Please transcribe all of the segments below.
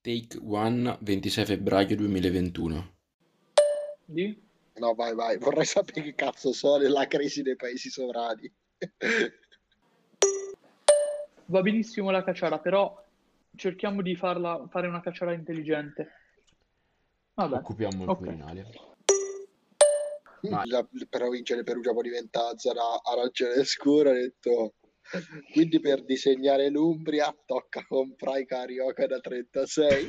Take One, 26 febbraio 2021. Di? No, vai. Vorrei sapere che cazzo so della crisi dei paesi sovrani. Va benissimo la cacciara, però cerchiamo di fare una cacciara intelligente. Vabbè, Occupiamo il ok. Quirinale. Ma La provincia di Perugia poi diventa zona arancione scura, ha detto. Quindi per disegnare l'Umbria tocca comprare i Carioca da 36.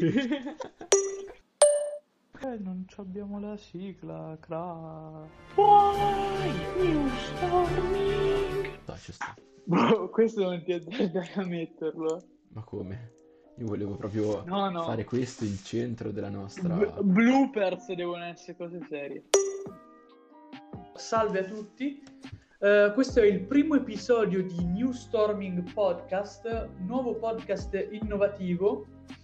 Non abbiamo la sigla, Why you storming? ci sta. Questo non ti andrebbe a metterlo. Ma come? Io volevo proprio No. fare questo il centro della nostra... Bloopers devono essere cose serie. Salve a tutti. Questo è il primo episodio di New Storming Podcast, nuovo podcast innovativo.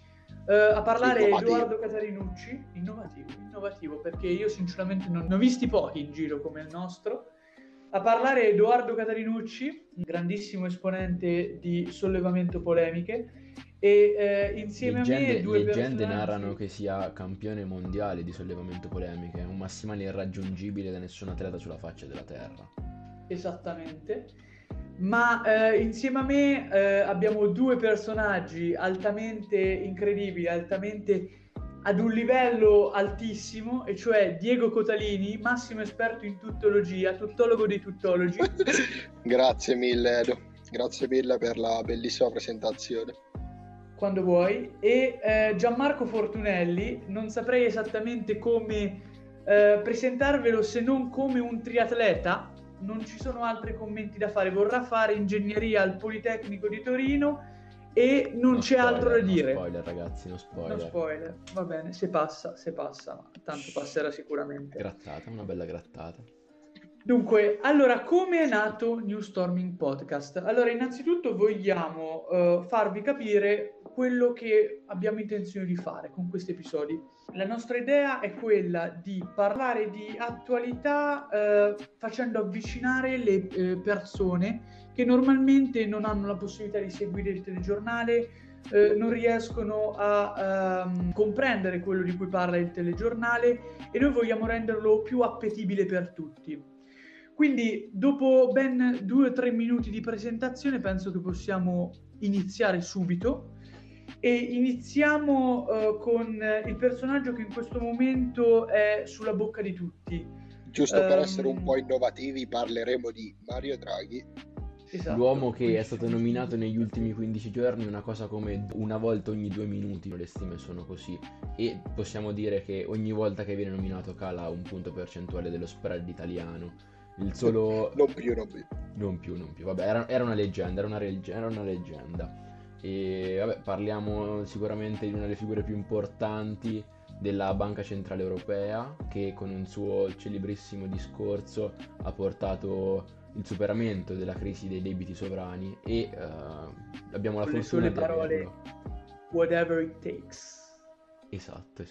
A parlare Edoardo Catarinucci. Innovativo, perché io sinceramente non ne ho visti pochi in giro come il nostro. A parlare Edoardo Catarinucci, un grandissimo esponente di sollevamento polemiche, e insieme a me due leggende personaggi... narrano che sia campione mondiale di sollevamento polemiche, un massimale irraggiungibile da nessun atleta sulla faccia della terra. Esattamente. Ma insieme a me abbiamo due personaggi altamente incredibili, altamente ad un livello altissimo, e cioè Diego Cotalini, massimo esperto in tuttologia, tuttologo dei tuttologi. Grazie mille, Edo. Grazie mille per la bellissima presentazione. Quando vuoi. E Gianmarco Fortunelli, non saprei esattamente come presentarvelo se non come un triatleta. Non ci sono altri commenti da fare. Vorrà fare ingegneria al Politecnico di Torino e non c'è altro da dire. No spoiler, ragazzi, no spoiler. No spoiler, va bene, se passa, ma tanto passerà sicuramente. Grattata, una bella grattata. Dunque, allora, come è nato New Storming Podcast? Allora, innanzitutto vogliamo farvi capire quello che abbiamo intenzione di fare con questi episodi. La nostra idea è quella di parlare di attualità facendo avvicinare le persone che normalmente non hanno la possibilità di seguire il telegiornale, non riescono a comprendere quello di cui parla il telegiornale, e noi vogliamo renderlo più appetibile per tutti. Quindi dopo ben 2 o 3 minuti di presentazione penso che possiamo iniziare subito, e iniziamo con il personaggio che in questo momento è sulla bocca di tutti. Giusto per essere un po' innovativi parleremo di Mario Draghi. Esatto. L'uomo che è stato nominato negli ultimi 15 giorni una cosa come una volta ogni 2 minuti, le stime sono così, e possiamo dire che ogni volta che viene nominato cala un punto percentuale dello spread italiano. Il solo... non più. Vabbè, era una leggenda, era una leggenda. E vabbè, parliamo sicuramente di una delle figure più importanti della Banca Centrale Europea, che con un suo celebrissimo discorso ha portato il superamento della crisi dei debiti sovrani, e abbiamo la fortuna di averlo. Whatever it takes. Esatto.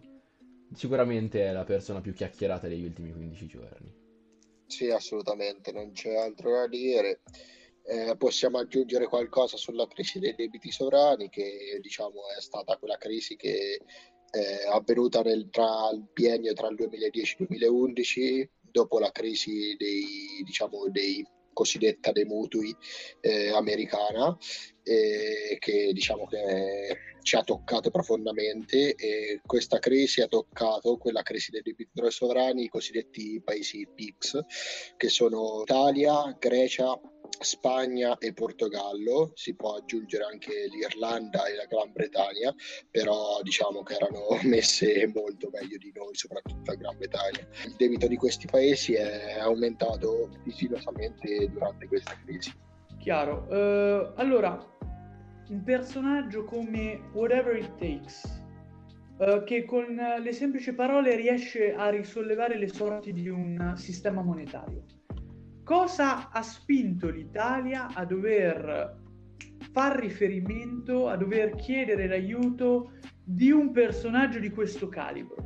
Sicuramente è la persona più chiacchierata degli ultimi 15 giorni. Sì, assolutamente, non c'è altro da dire. Possiamo aggiungere qualcosa sulla crisi dei debiti sovrani, che diciamo è stata quella crisi che è avvenuta tra il biennio tra il 2010 e il 2011, dopo la crisi dei cosiddetta dei mutui americana, che diciamo che ci ha toccato profondamente, e questa crisi ha toccato, quella crisi dei debitori sovrani, i cosiddetti paesi PIGS, che sono Italia, Grecia, Spagna e Portogallo. Si può aggiungere anche l'Irlanda e la Gran Bretagna, però diciamo che erano messe molto meglio di noi, soprattutto la Gran Bretagna. Il debito di questi paesi è aumentato insidiosamente durante questa crisi. Chiaro. Allora, un personaggio come Whatever It Takes, che con le semplici parole riesce a risollevare le sorti di un sistema monetario. Cosa ha spinto l'Italia a dover far riferimento, a dover chiedere l'aiuto di un personaggio di questo calibro?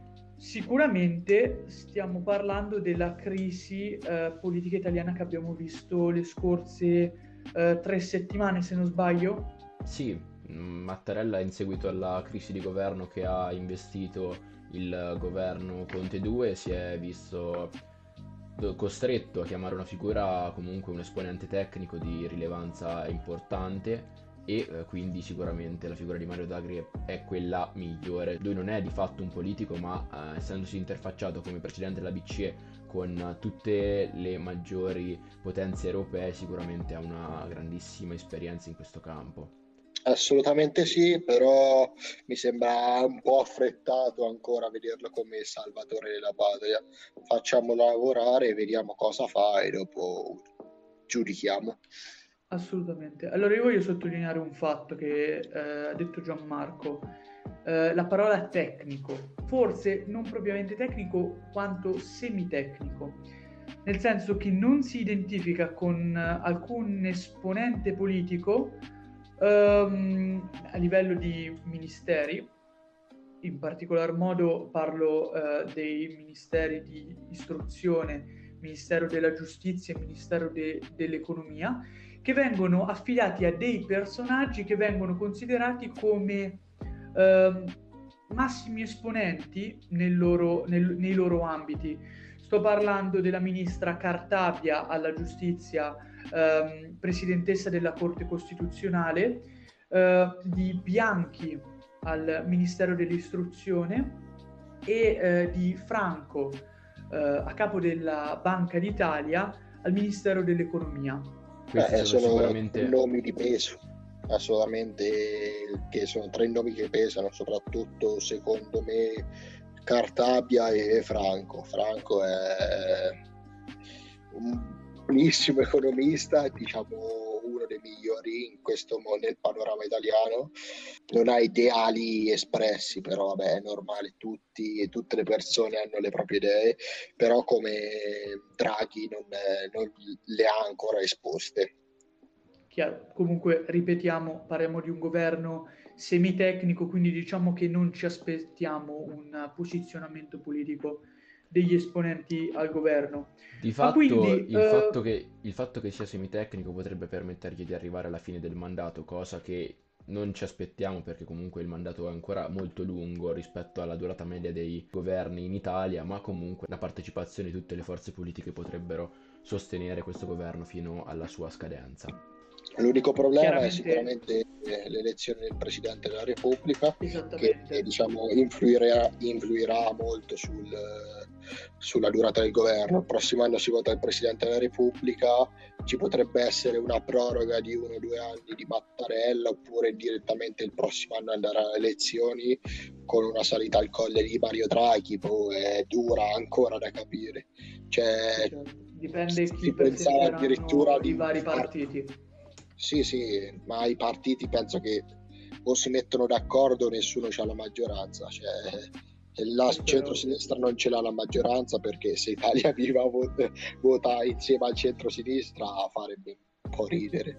Sicuramente stiamo parlando della crisi politica italiana che abbiamo visto le scorse 3 settimane, se non sbaglio. Sì, Mattarella, in seguito alla crisi di governo che ha investito il governo Conte 2, si è visto costretto a chiamare una figura, comunque un esponente tecnico di rilevanza importante, e quindi sicuramente la figura di Mario Draghi è quella migliore. Lui non è di fatto un politico, ma essendosi interfacciato come presidente della BCE con tutte le maggiori potenze europee, sicuramente ha una grandissima esperienza in questo campo. Assolutamente sì, però mi sembra un po' affrettato ancora vederlo come salvatore della patria. Facciamolo lavorare, vediamo cosa fa e dopo giudichiamo. Assolutamente. Allora io voglio sottolineare un fatto che ha detto Gianmarco. La parola tecnico, forse non propriamente tecnico quanto semitecnico, nel senso che non si identifica con alcun esponente politico a livello di ministeri. In particolar modo parlo dei ministeri di istruzione, Ministero della Giustizia e Ministero dell'Economia, che vengono affidati a dei personaggi che vengono considerati come massimi esponenti nei loro ambiti. Sto parlando della ministra Cartabia alla giustizia, presidentessa della Corte Costituzionale, di Bianchi al Ministero dell'Istruzione e di Franco a capo della Banca d'Italia al Ministero dell'Economia. Questi sono sicuramente nomi di peso, assolutamente, che sono 3 nomi che pesano, soprattutto secondo me Cartabia e Franco. Franco è un buonissimo economista, diciamo uno dei migliori in questo nel panorama italiano. Non ha ideali espressi, però vabbè, è normale, tutte le persone hanno le proprie idee, però come Draghi non le ha ancora esposte. Chiaro. Comunque, ripetiamo, parliamo di un governo semitecnico, quindi diciamo che non ci aspettiamo un posizionamento politico degli esponenti al governo. Di fatto, quindi, il fatto che sia semitecnico potrebbe permettergli di arrivare alla fine del mandato, cosa che non ci aspettiamo perché comunque il mandato è ancora molto lungo rispetto alla durata media dei governi in Italia, ma comunque la partecipazione di tutte le forze politiche potrebbero sostenere questo governo fino alla sua scadenza. L'unico problema è sicuramente l'elezione del Presidente della Repubblica, che diciamo influirà molto sulla durata del governo. Il prossimo anno si vota il Presidente della Repubblica, ci potrebbe essere una proroga di 1 o 2 anni di Mattarella, oppure direttamente il prossimo anno andare alle elezioni con una salita al colle di Mario Draghi. Poi è dura ancora da capire. Cioè, dipende chi presenteranno addirittura i vari partiti. Sì, ma i partiti penso che o si mettono d'accordo o nessuno c'ha la maggioranza, cioè la centrosinistra non ce l'ha la maggioranza, perché se Italia Viva vota insieme al centrosinistra farebbe un po' ridere.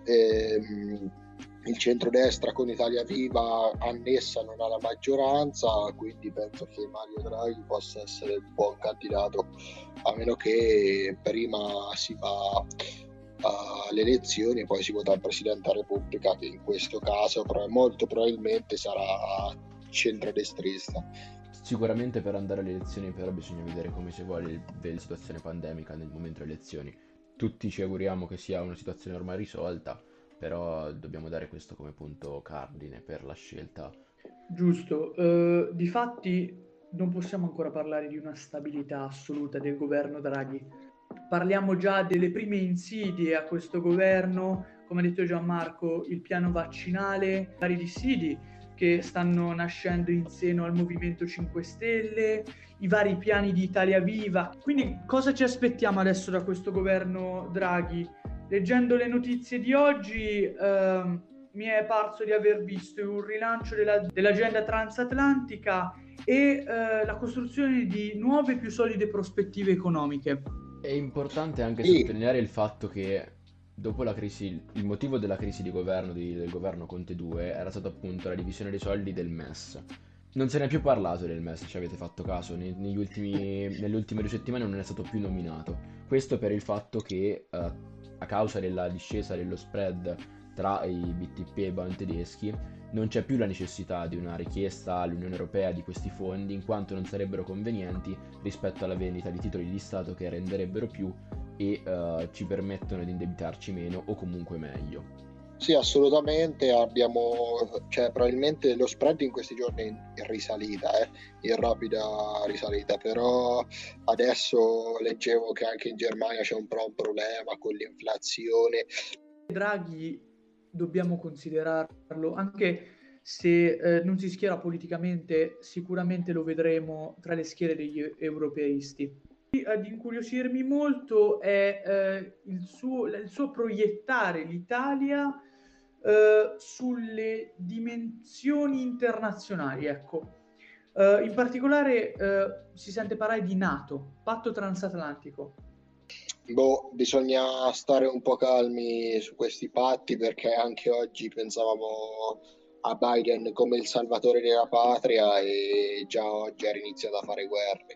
Il centrodestra con Italia Viva annessa non ha la maggioranza, quindi penso che Mario Draghi possa essere un buon candidato, a meno che prima si va alle elezioni e poi si vota il Presidente della Repubblica, che in questo caso molto probabilmente sarà centrodestrista. Sicuramente per andare alle elezioni però bisogna vedere come si vuole la situazione pandemica nel momento delle elezioni. Tutti ci auguriamo che sia una situazione ormai risolta, però dobbiamo dare questo come punto cardine per la scelta. Giusto, difatti non possiamo ancora parlare di una stabilità assoluta del governo Draghi. Parliamo già delle prime insidie a questo governo, come ha detto Gianmarco, il piano vaccinale, vari dissidi che stanno nascendo in seno al Movimento 5 Stelle, i vari piani di Italia Viva. Quindi cosa ci aspettiamo adesso da questo governo Draghi? Leggendo le notizie di oggi mi è parso di aver visto un rilancio dell'agenda transatlantica e la costruzione di nuove e più solide prospettive economiche. È importante anche sottolineare il fatto che dopo la crisi, il motivo della crisi di governo del governo Conte 2 era stato appunto la divisione dei soldi del MES. Non se ne è più parlato del MES, ci avete fatto caso, nelle ultime 2 settimane non è stato più nominato. Questo per il fatto che a causa della discesa dello spread tra i BTP e i bond tedeschi, non c'è più la necessità di una richiesta all'Unione Europea di questi fondi, in quanto non sarebbero convenienti rispetto alla vendita di titoli di Stato che renderebbero più e ci permettono di indebitarci meno o comunque meglio. Sì, assolutamente, cioè probabilmente lo spread in questi giorni è in risalita, in rapida risalita, però adesso leggevo che anche in Germania c'è un problema con l'inflazione. Draghi dobbiamo considerarlo, anche se non si schiera politicamente, sicuramente lo vedremo tra le schiere degli europeisti. Ad incuriosirmi molto è il suo proiettare l'Italia sulle dimensioni internazionali, ecco. In particolare si sente parlare di NATO, patto transatlantico. Bisogna stare un po' calmi su questi patti, perché anche oggi pensavamo a Biden come il salvatore della patria e già oggi ha iniziato a fare guerre.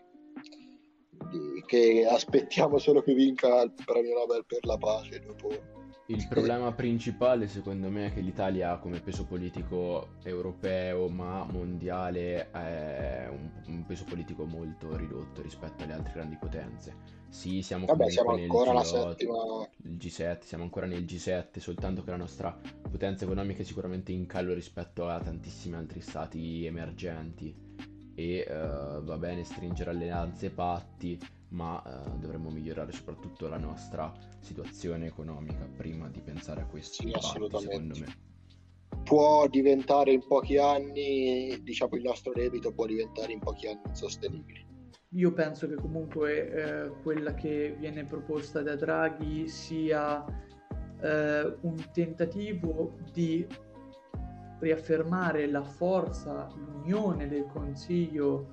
Che aspettiamo solo che vinca il premio Nobel per la pace dopo. Il problema principale secondo me è che l'Italia come peso politico europeo ma mondiale è un peso politico molto ridotto rispetto alle altre grandi potenze. Sì, siamo siamo comunque nel ancora la G8, settima. il G7, siamo ancora nel G7, soltanto che la nostra potenza economica è sicuramente in calo rispetto a tantissimi altri stati emergenti e va bene stringere alleanze e patti, ma dovremmo migliorare soprattutto la nostra situazione economica prima di pensare a questi Sì, patti, assolutamente. secondo me. Può diventare in pochi anni, diciamo, il nostro debito può diventare in pochi anni insostenibile. Io penso che comunque quella che viene proposta da Draghi sia un tentativo di riaffermare la forza, l'unione del Consiglio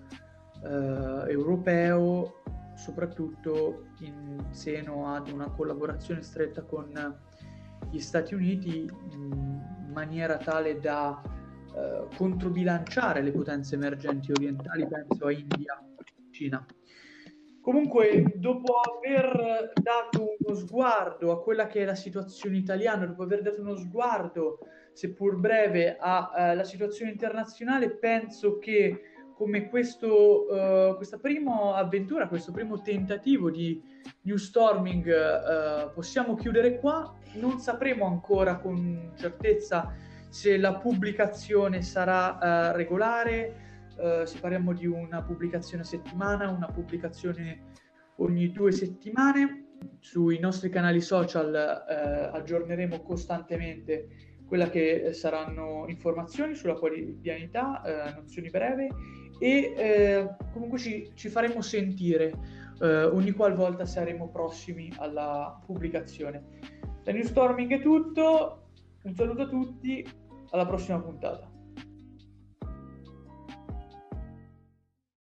europeo, soprattutto in seno ad una collaborazione stretta con gli Stati Uniti, in maniera tale da controbilanciare le potenze emergenti orientali, penso a India, Cina. Comunque, dopo aver dato uno sguardo a quella che è la situazione italiana, dopo aver dato uno sguardo, seppur breve, alla situazione internazionale, penso che come questa prima avventura, questo primo tentativo di New Storming possiamo chiudere qua. Non sapremo ancora con certezza se la pubblicazione sarà regolare, se parliamo di una pubblicazione a settimana, una pubblicazione ogni 2 settimane. Sui nostri canali social aggiorneremo costantemente quella che saranno informazioni sulla quotidianità, nozioni brevi e comunque ci faremo sentire ogni qualvolta saremo prossimi alla pubblicazione. Da New Storming è tutto, un saluto a tutti, alla prossima puntata.